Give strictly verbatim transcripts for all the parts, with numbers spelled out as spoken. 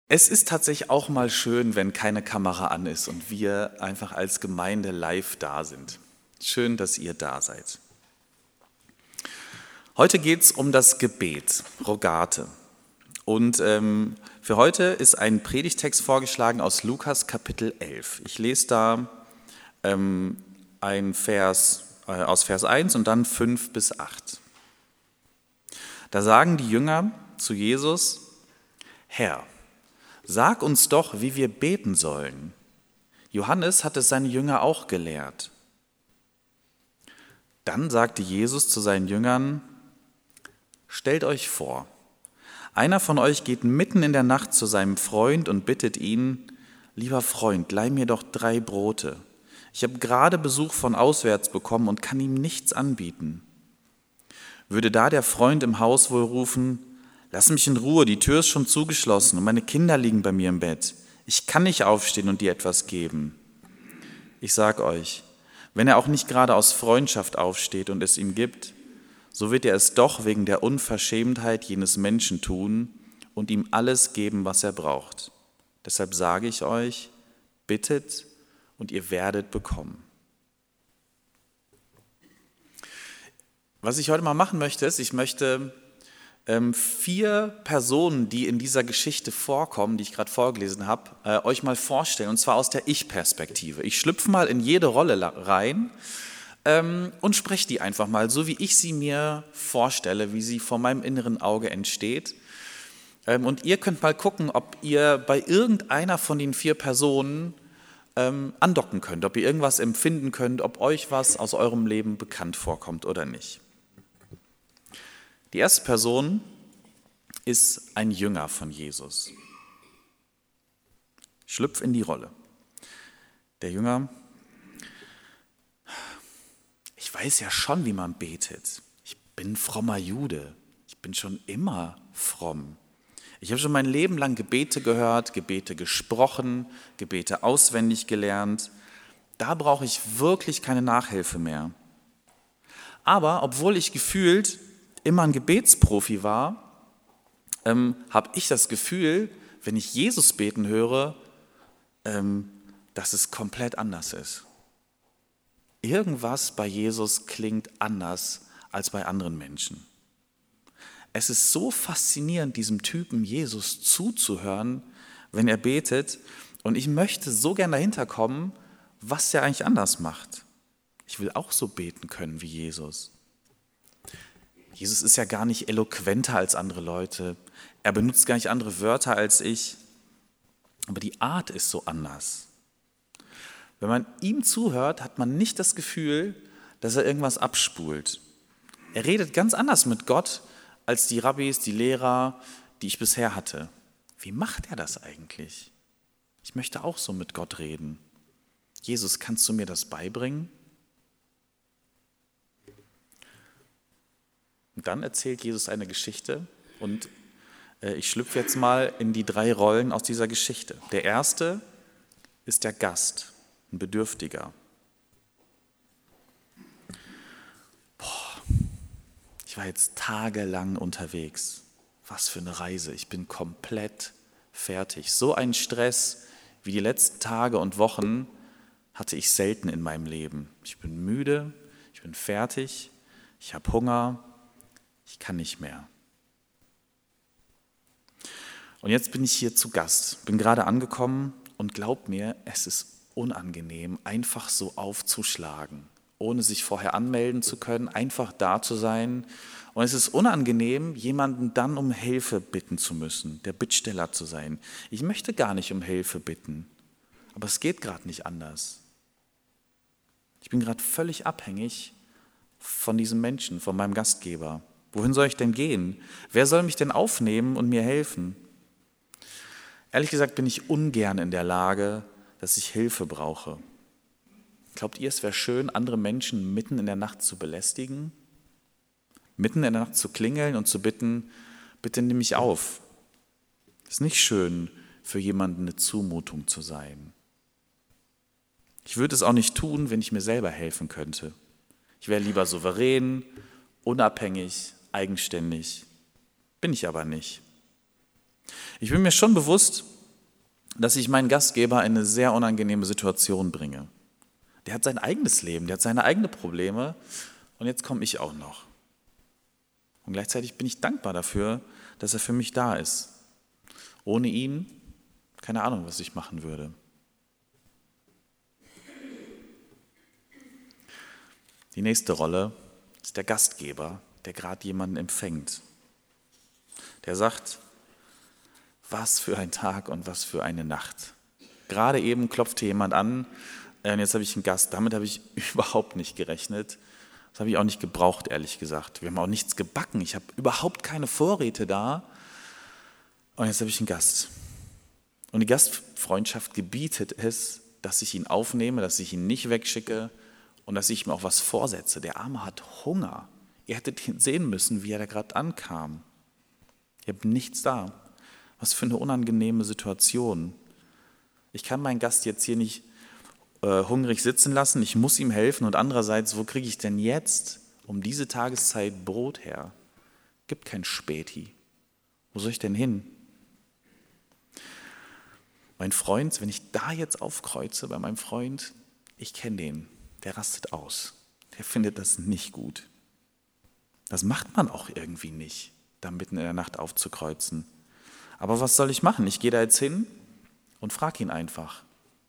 Es ist tatsächlich auch mal schön, wenn keine Kamera an ist und wir einfach als Gemeinde live da sind. Schön, dass ihr da seid. Heute geht es um das Gebet, Rogate. Und ähm, für heute ist ein Predigtext vorgeschlagen aus Lukas Kapitel elf. Ich lese da ähm, ein Vers äh, aus Vers eins und dann fünf bis acht. Da sagen die Jünger zu Jesus: Herr, sag uns doch, wie wir beten sollen. Johannes hat es seine Jünger auch gelehrt. Dann sagte Jesus zu seinen Jüngern: Stellt euch vor, einer von euch geht mitten in der Nacht zu seinem Freund und bittet ihn: Lieber Freund, leih mir doch drei Brote. Ich habe gerade Besuch von auswärts bekommen und kann ihm nichts anbieten. Würde da der Freund im Haus wohl rufen: Lass mich in Ruhe, die Tür ist schon zugeschlossen und meine Kinder liegen bei mir im Bett. Ich kann nicht aufstehen und dir etwas geben. Ich sag euch, wenn er auch nicht gerade aus Freundschaft aufsteht und es ihm gibt, so wird er es doch wegen der Unverschämtheit jenes Menschen tun und ihm alles geben, was er braucht. Deshalb sage ich euch, bittet und ihr werdet bekommen. Was ich heute mal machen möchte, ist, ich möchte ähm, vier Personen, die in dieser Geschichte vorkommen, die ich gerade vorgelesen habe, äh, euch mal vorstellen, und zwar aus der Ich-Perspektive. Ich schlüpfe mal in jede Rolle rein ähm, und spreche die einfach mal, so wie ich sie mir vorstelle, wie sie vor meinem inneren Auge entsteht. Ähm, und ihr könnt mal gucken, ob ihr bei irgendeiner von den vier Personen ähm, andocken könnt, ob ihr irgendwas empfinden könnt, ob euch was aus eurem Leben bekannt vorkommt oder nicht. Die erste Person ist ein Jünger von Jesus. Schlüpf in die Rolle. Der Jünger: Ich weiß ja schon, wie man betet. Ich bin frommer Jude. Ich bin schon immer fromm. Ich habe schon mein Leben lang Gebete gehört, Gebete gesprochen, Gebete auswendig gelernt. Da brauche ich wirklich keine Nachhilfe mehr. Aber obwohl ich gefühlt immer ein Gebetsprofi war, ähm, habe ich das Gefühl, wenn ich Jesus beten höre, ähm, dass es komplett anders ist. Irgendwas bei Jesus klingt anders als bei anderen Menschen. Es ist so faszinierend, diesem Typen Jesus zuzuhören, wenn er betet. Und ich möchte so gern dahinter kommen, was er eigentlich anders macht. Ich will auch so beten können wie Jesus. Jesus ist ja gar nicht eloquenter als andere Leute. Er benutzt gar nicht andere Wörter als ich. Aber die Art ist so anders. Wenn man ihm zuhört, hat man nicht das Gefühl, dass er irgendwas abspult. Er redet ganz anders mit Gott als die Rabbis, die Lehrer, die ich bisher hatte. Wie macht er das eigentlich? Ich möchte auch so mit Gott reden. Jesus, kannst du mir das beibringen? Und dann erzählt Jesus eine Geschichte und äh, ich schlüpfe jetzt mal in die drei Rollen aus dieser Geschichte. Der erste ist der Gast, ein Bedürftiger. Boah, ich war jetzt tagelang unterwegs. Was für eine Reise. Ich bin komplett fertig. So einen Stress wie die letzten Tage und Wochen hatte ich selten in meinem Leben. Ich bin müde, ich bin fertig, ich habe Hunger. Ich kann nicht mehr. Und jetzt bin ich hier zu Gast, bin gerade angekommen und glaub mir, es ist unangenehm, einfach so aufzuschlagen, ohne sich vorher anmelden zu können, einfach da zu sein. Und es ist unangenehm, jemanden dann um Hilfe bitten zu müssen, der Bittsteller zu sein. Ich möchte gar nicht um Hilfe bitten, aber es geht gerade nicht anders. Ich bin gerade völlig abhängig von diesem Menschen, von meinem Gastgeber. Wohin soll ich denn gehen? Wer soll mich denn aufnehmen und mir helfen? Ehrlich gesagt bin ich ungern in der Lage, dass ich Hilfe brauche. Glaubt ihr, es wäre schön, andere Menschen mitten in der Nacht zu belästigen? Mitten in der Nacht zu klingeln und zu bitten, bitte nimm mich auf. Es ist nicht schön, für jemanden eine Zumutung zu sein. Ich würde es auch nicht tun, wenn ich mir selber helfen könnte. Ich wäre lieber souverän, unabhängig, eigenständig. Bin ich aber nicht. Ich bin mir schon bewusst, dass ich meinen Gastgeber in eine sehr unangenehme Situation bringe. Der hat sein eigenes Leben, der hat seine eigenen Probleme und jetzt komme ich auch noch. Und gleichzeitig bin ich dankbar dafür, dass er für mich da ist. Ohne ihn, keine Ahnung, was ich machen würde. Die nächste Rolle ist der Gastgeber, der gerade jemanden empfängt. Der sagt, was für ein Tag und was für eine Nacht. Gerade eben klopfte jemand an und jetzt habe ich einen Gast. Damit habe ich überhaupt nicht gerechnet. Das habe ich auch nicht gebraucht, ehrlich gesagt. Wir haben auch nichts gebacken. Ich habe überhaupt keine Vorräte da. Und jetzt habe ich einen Gast. Und die Gastfreundschaft gebietet es, dass ich ihn aufnehme, dass ich ihn nicht wegschicke und dass ich mir auch was vorsetze. Der Arme hat Hunger. Ihr hättet ihn sehen müssen, wie er da gerade ankam. Ihr habt nichts da. Was für eine unangenehme Situation. Ich kann meinen Gast jetzt hier nicht äh, hungrig sitzen lassen, ich muss ihm helfen und andererseits, wo kriege ich denn jetzt um diese Tageszeit Brot her? Gibt kein Späti. Wo soll ich denn hin? Mein Freund, wenn ich da jetzt aufkreuze bei meinem Freund, ich kenne den, der rastet aus. Der findet das nicht gut. Das macht man auch irgendwie nicht, da mitten in der Nacht aufzukreuzen. Aber was soll ich machen? Ich gehe da jetzt hin und frage ihn einfach.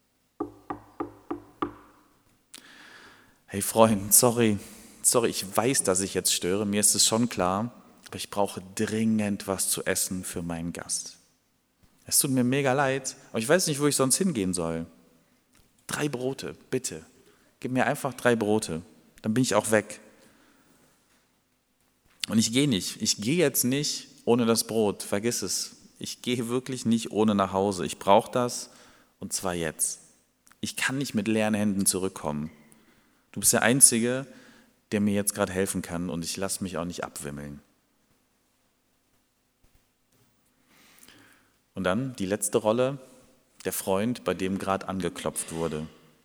Hey Freund, sorry, sorry, ich weiß, dass ich jetzt störe, mir ist es schon klar, aber ich brauche dringend was zu essen für meinen Gast. Es tut mir mega leid, aber ich weiß nicht, wo ich sonst hingehen soll. Drei Brote, bitte. Gib mir einfach drei Brote, dann bin ich auch weg. Und ich gehe nicht, ich gehe jetzt nicht ohne das Brot, vergiss es. Ich gehe wirklich nicht ohne nach Hause. Ich brauche das und zwar jetzt. Ich kann nicht mit leeren Händen zurückkommen. Du bist der Einzige, der mir jetzt gerade helfen kann und ich lasse mich auch nicht abwimmeln. Und dann die letzte Rolle, der Freund, bei dem gerade angeklopft wurde.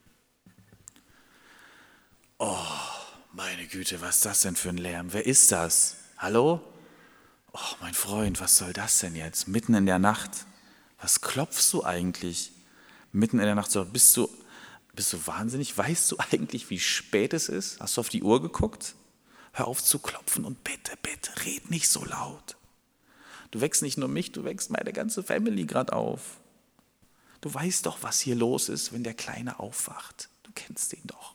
Oh, meine Güte, was ist das denn für ein Lärm? Wer ist das? Hallo? Oh, mein Freund, was soll das denn jetzt? Mitten in der Nacht. Was klopfst du eigentlich? Mitten in der Nacht. So, bist du, bist du wahnsinnig? Weißt du eigentlich, wie spät es ist? Hast du auf die Uhr geguckt? Hör auf zu klopfen und bitte, bitte, red nicht so laut. Du wächst nicht nur mich, du wächst meine ganze Family gerade auf. Du weißt doch, was hier los ist, wenn der Kleine aufwacht. Du kennst ihn doch.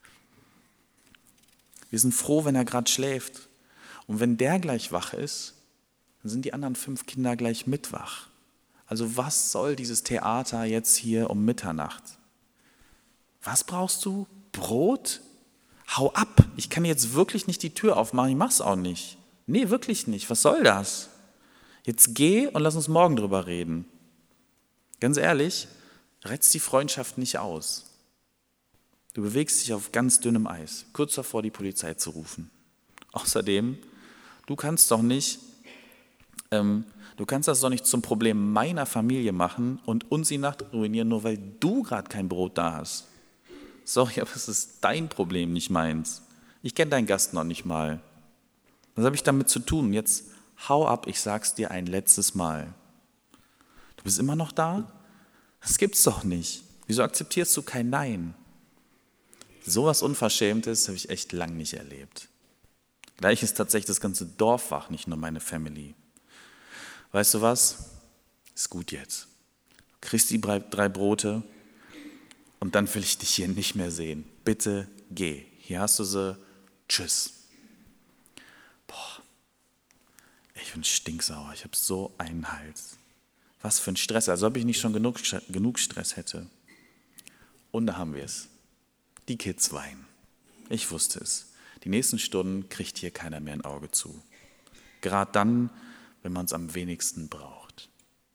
Wir sind froh, wenn er gerade schläft. Und wenn der gleich wach ist, dann sind die anderen fünf Kinder gleich mit wach. Also was soll dieses Theater jetzt hier um Mitternacht? Was brauchst du? Brot? Hau ab! Ich kann jetzt wirklich nicht die Tür aufmachen, ich mach's auch nicht. Nee, wirklich nicht. Was soll das? Jetzt geh und lass uns morgen drüber reden. Ganz ehrlich, reizt die Freundschaft nicht aus. Du bewegst dich auf ganz dünnem Eis, kurz davor, die Polizei zu rufen. Außerdem, du kannst doch nicht, ähm, du kannst das doch nicht zum Problem meiner Familie machen und uns die Nacht ruinieren, nur weil du gerade kein Brot da hast. Sorry, aber es ist dein Problem, nicht meins. Ich kenne deinen Gast noch nicht mal. Was habe ich damit zu tun? Jetzt hau ab, ich sag's dir ein letztes Mal. Du bist immer noch da? Das gibt's doch nicht. Wieso akzeptierst du kein Nein? So was Unverschämtes habe ich echt lang nicht erlebt. Gleich ist tatsächlich das ganze Dorf wach, nicht nur meine Family. Weißt du was? Ist gut jetzt. Du kriegst die drei Brote und dann will ich dich hier nicht mehr sehen. Bitte geh. Hier hast du sie. Tschüss. Boah, ich bin stinksauer. Ich habe so einen Hals. Was für ein Stress. Als ob ich nicht schon genug, genug Stress hätte. Und da haben wir es. Die Kids weinen. Ich wusste es. Die nächsten Stunden kriegt hier keiner mehr ein Auge zu. Gerade dann, wenn man es am wenigsten braucht.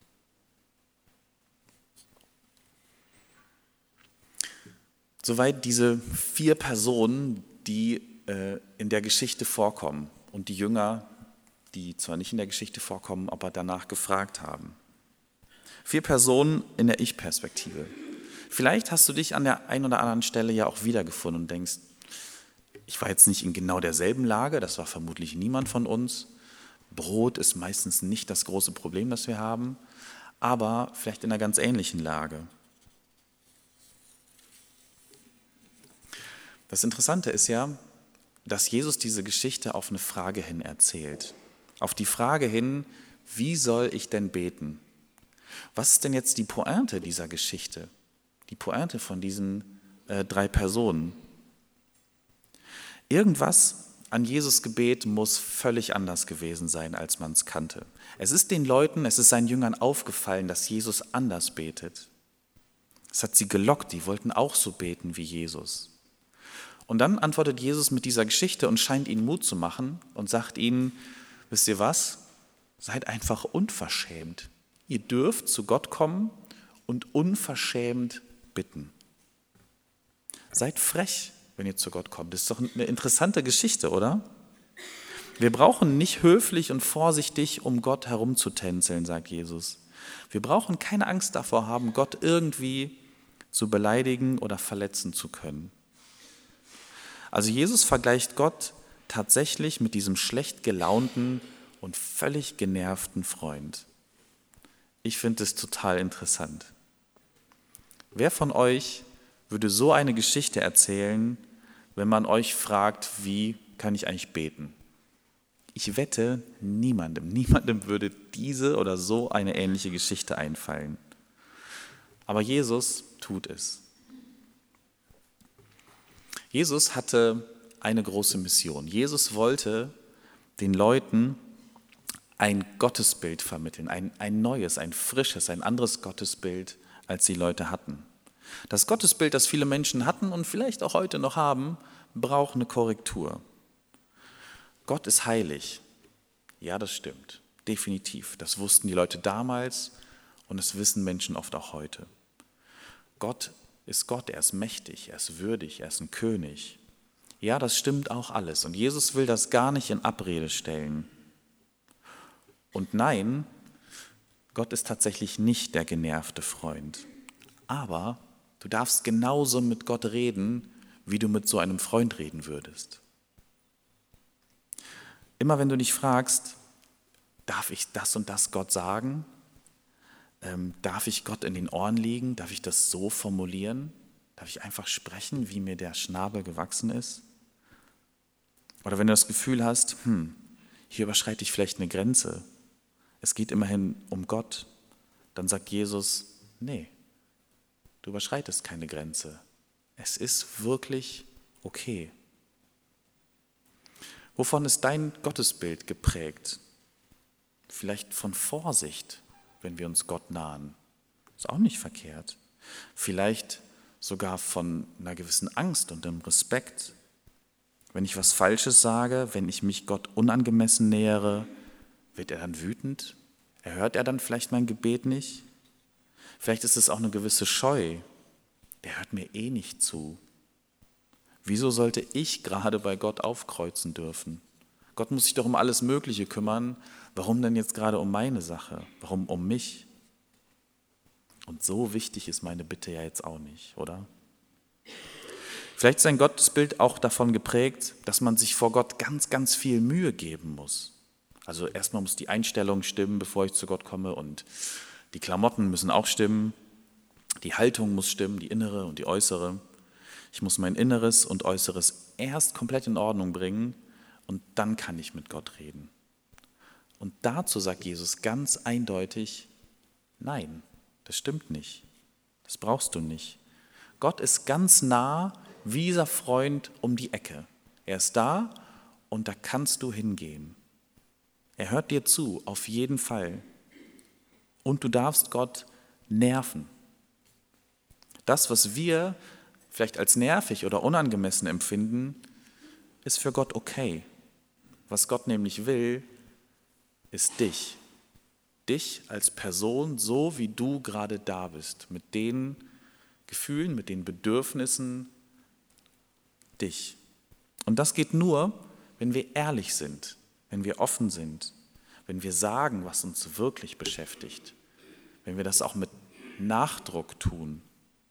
Soweit diese vier Personen, die äh, in der Geschichte vorkommen und die Jünger, die zwar nicht in der Geschichte vorkommen, aber danach gefragt haben. Vier Personen in der Ich-Perspektive. Vielleicht hast du dich an der einen oder anderen Stelle ja auch wiedergefunden und denkst, ich war jetzt nicht in genau derselben Lage, das war vermutlich niemand von uns. Brot ist meistens nicht das große Problem, das wir haben, aber vielleicht in einer ganz ähnlichen Lage. Das Interessante ist ja, dass Jesus diese Geschichte auf eine Frage hin erzählt. Auf die Frage hin, wie soll ich denn beten? Was ist denn jetzt die Pointe dieser Geschichte? Die Pointe von diesen äh, drei Personen? Irgendwas an Jesus Gebet muss völlig anders gewesen sein, als man es kannte. Es ist den Leuten, es ist seinen Jüngern aufgefallen, dass Jesus anders betet. Es hat sie gelockt, die wollten auch so beten wie Jesus. Und dann antwortet Jesus mit dieser Geschichte und scheint ihnen Mut zu machen und sagt ihnen, wisst ihr was? Seid einfach unverschämt. Ihr dürft zu Gott kommen und unverschämt bitten. Seid frech, wenn ihr zu Gott kommt. Das ist doch eine interessante Geschichte, oder? Wir brauchen nicht höflich und vorsichtig um Gott herumzutänzeln, sagt Jesus. Wir brauchen keine Angst davor haben, Gott irgendwie zu beleidigen oder verletzen zu können. Also Jesus vergleicht Gott tatsächlich mit diesem schlecht gelaunten und völlig genervten Freund. Ich finde es total interessant. Wer von euch würde so eine Geschichte erzählen, wenn man euch fragt, wie kann ich eigentlich beten? Ich wette, niemandem, niemandem würde diese oder so eine ähnliche Geschichte einfallen. Aber Jesus tut es. Jesus hatte eine große Mission. Jesus wollte den Leuten ein Gottesbild vermitteln, ein, ein neues, ein frisches, ein anderes Gottesbild, als die Leute hatten. Das Gottesbild, das viele Menschen hatten und vielleicht auch heute noch haben, braucht eine Korrektur. Gott ist heilig. Ja, das stimmt, definitiv. Das wussten die Leute damals und das wissen Menschen oft auch heute. Gott ist Gott, er ist mächtig, er ist würdig, er ist ein König. Ja, das stimmt auch alles und Jesus will das gar nicht in Abrede stellen. Und nein, Gott ist tatsächlich nicht der genervte Freund. Aber du darfst genauso mit Gott reden, wie du mit so einem Freund reden würdest. Immer wenn du dich fragst, darf ich das und das Gott sagen? Ähm, darf ich Gott in den Ohren liegen? Darf ich das so formulieren? Darf ich einfach sprechen, wie mir der Schnabel gewachsen ist? Oder wenn du das Gefühl hast, hm, hier überschreite ich vielleicht eine Grenze, es geht immerhin um Gott, dann sagt Jesus, nee, du überschreitest keine Grenze. Es ist wirklich okay. Wovon ist dein Gottesbild geprägt? Vielleicht von Vorsicht, wenn wir uns Gott nahen. Ist auch nicht verkehrt. Vielleicht sogar von einer gewissen Angst und einem Respekt. Wenn ich was Falsches sage, wenn ich mich Gott unangemessen nähere, wird er dann wütend? Erhört er dann vielleicht mein Gebet nicht? Vielleicht ist es auch eine gewisse Scheu. Der hört mir eh nicht zu. Wieso sollte ich gerade bei Gott aufkreuzen dürfen? Gott muss sich doch um alles Mögliche kümmern. Warum denn jetzt gerade um meine Sache? Warum um mich? Und so wichtig ist meine Bitte ja jetzt auch nicht, oder? Vielleicht ist ein Gottesbild auch davon geprägt, dass man sich vor Gott ganz, ganz viel Mühe geben muss. Also erstmal muss die Einstellung stimmen, bevor ich zu Gott komme, und die Klamotten müssen auch stimmen, die Haltung muss stimmen, die innere und die äußere. Ich muss mein Inneres und Äußeres erst komplett in Ordnung bringen und dann kann ich mit Gott reden. Und dazu sagt Jesus ganz eindeutig, nein, das stimmt nicht. Das brauchst du nicht. Gott ist ganz nah wie dieser Freund um die Ecke. Er ist da und da kannst du hingehen. Er hört dir zu, auf jeden Fall. Und du darfst Gott nerven. Das, was wir vielleicht als nervig oder unangemessen empfinden, ist für Gott okay. Was Gott nämlich will, ist dich. Dich als Person, so wie du gerade da bist, mit den Gefühlen, mit den Bedürfnissen, dich. Und das geht nur, wenn wir ehrlich sind, wenn wir offen sind, wenn wir sagen, was uns wirklich beschäftigt, wenn wir das auch mit Nachdruck tun.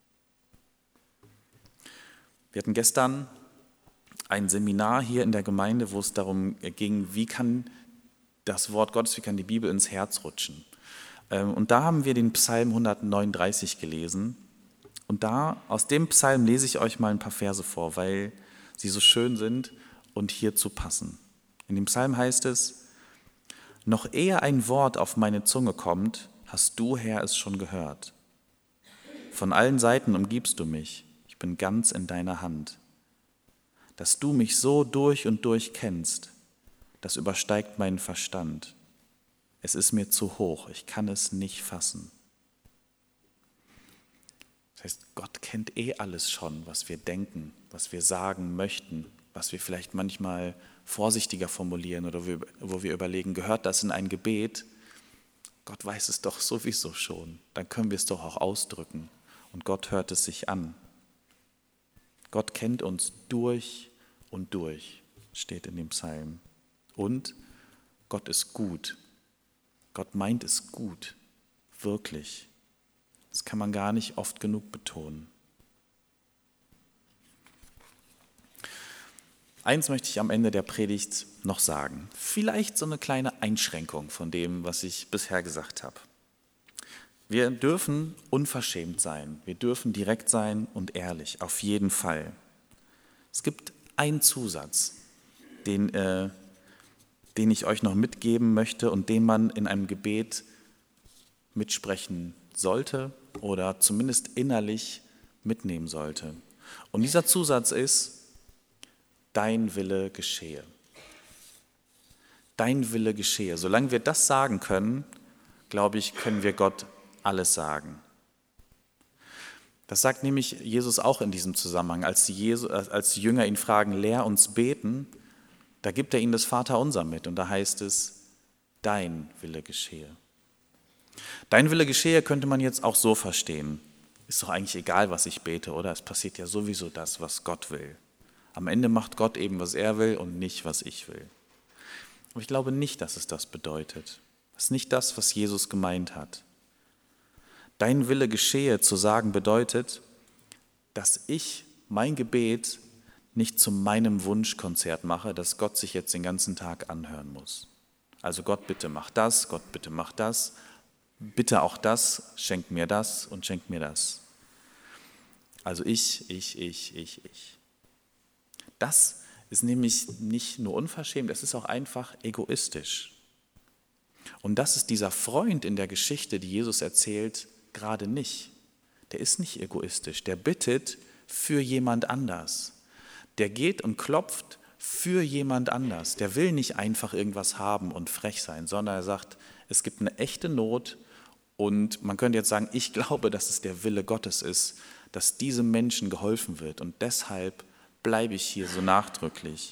Wir hatten gestern ein Seminar hier in der Gemeinde, wo es darum ging, wie kann das Wort Gottes, wie kann die Bibel ins Herz rutschen. Und da haben wir den Psalm hundertneununddreißig gelesen. Und da, aus dem Psalm lese ich euch mal ein paar Verse vor, weil sie so schön sind und hierzu passen. In dem Psalm heißt es: Noch ehe ein Wort auf meine Zunge kommt, hast du, Herr, es schon gehört. Von allen Seiten umgibst du mich, ich bin ganz in deiner Hand. Dass du mich so durch und durch kennst, das übersteigt meinen Verstand. Es ist mir zu hoch, ich kann es nicht fassen. Das heißt, Gott kennt eh alles schon, was wir denken, was wir sagen möchten, was wir vielleicht manchmal vorsichtiger formulieren oder wo wir überlegen, gehört das in ein Gebet? Gott weiß es doch sowieso schon, dann können wir es doch auch ausdrücken und Gott hört es sich an. Gott kennt uns durch und durch, steht in dem Psalm. Und Gott ist gut. Gott meint es gut, wirklich. Das kann man gar nicht oft genug betonen. Eins möchte ich am Ende der Predigt noch sagen. Vielleicht so eine kleine Einschränkung von dem, was ich bisher gesagt habe. Wir dürfen unverschämt sein. Wir dürfen direkt sein und ehrlich, auf jeden Fall. Es gibt einen Zusatz, den, äh, den ich euch noch mitgeben möchte und den man in einem Gebet mitsprechen sollte oder zumindest innerlich mitnehmen sollte. Und dieser Zusatz ist: Dein Wille geschehe. Dein Wille geschehe. Solange wir das sagen können, glaube ich, können wir Gott alles sagen. Das sagt nämlich Jesus auch in diesem Zusammenhang. Als die, Jesus, als die Jünger ihn fragen, lehr uns beten, da gibt er ihnen das Vaterunser mit und da heißt es: Dein Wille geschehe. Dein Wille geschehe könnte man jetzt auch so verstehen. Ist doch eigentlich egal, was ich bete, oder? Es passiert ja sowieso das, was Gott will. Am Ende macht Gott eben, was er will und nicht, was ich will. Aber ich glaube nicht, dass es das bedeutet. Das ist nicht das, was Jesus gemeint hat. Dein Wille geschehe zu sagen bedeutet, dass ich mein Gebet nicht zu meinem Wunschkonzert mache, das Gott sich jetzt den ganzen Tag anhören muss. Also Gott, bitte mach das, Gott, bitte mach das, bitte auch das, schenk mir das und schenk mir das. Also ich, ich, ich, ich, ich. Das ist nämlich nicht nur unverschämt, es ist auch einfach egoistisch. Und das ist dieser Freund in der Geschichte, die Jesus erzählt, gerade nicht. Der ist nicht egoistisch, der bittet für jemand anders. Der geht und klopft für jemand anders. Der will nicht einfach irgendwas haben und frech sein, sondern er sagt, es gibt eine echte Not und man könnte jetzt sagen, ich glaube, dass es der Wille Gottes ist, dass diesem Menschen geholfen wird und deshalb bleibe ich hier so nachdrücklich.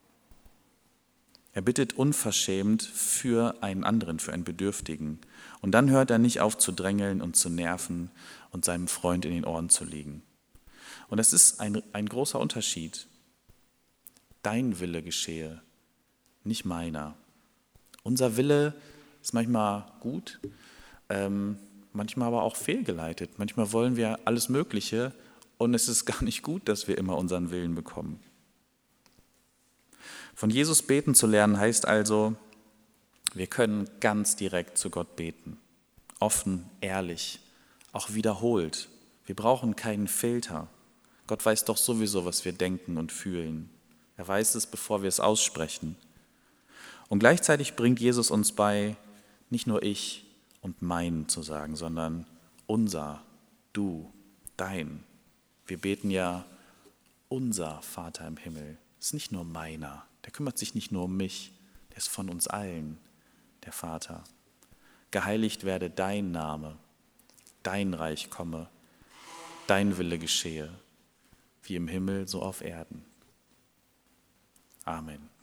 Er bittet unverschämt für einen anderen, für einen Bedürftigen. Und dann hört er nicht auf zu drängeln und zu nerven und seinem Freund in den Ohren zu liegen. Und das ist ein, ein großer Unterschied. Dein Wille geschehe, nicht meiner. Unser Wille ist manchmal gut, ähm, manchmal aber auch fehlgeleitet. Manchmal wollen wir alles Mögliche und es ist gar nicht gut, dass wir immer unseren Willen bekommen. Von Jesus beten zu lernen heißt also, wir können ganz direkt zu Gott beten. Offen, ehrlich, auch wiederholt. Wir brauchen keinen Filter. Gott weiß doch sowieso, was wir denken und fühlen. Er weiß es, bevor wir es aussprechen. Und gleichzeitig bringt Jesus uns bei, nicht nur ich und mein zu sagen, sondern unser, du, dein. Wir beten ja unser Vater im Himmel. Das ist nicht nur meiner. Der kümmert sich nicht nur um mich. Der ist von uns allen, der Vater. Geheiligt werde dein Name, dein Reich komme, dein Wille geschehe, wie im Himmel, so auf Erden. Amen.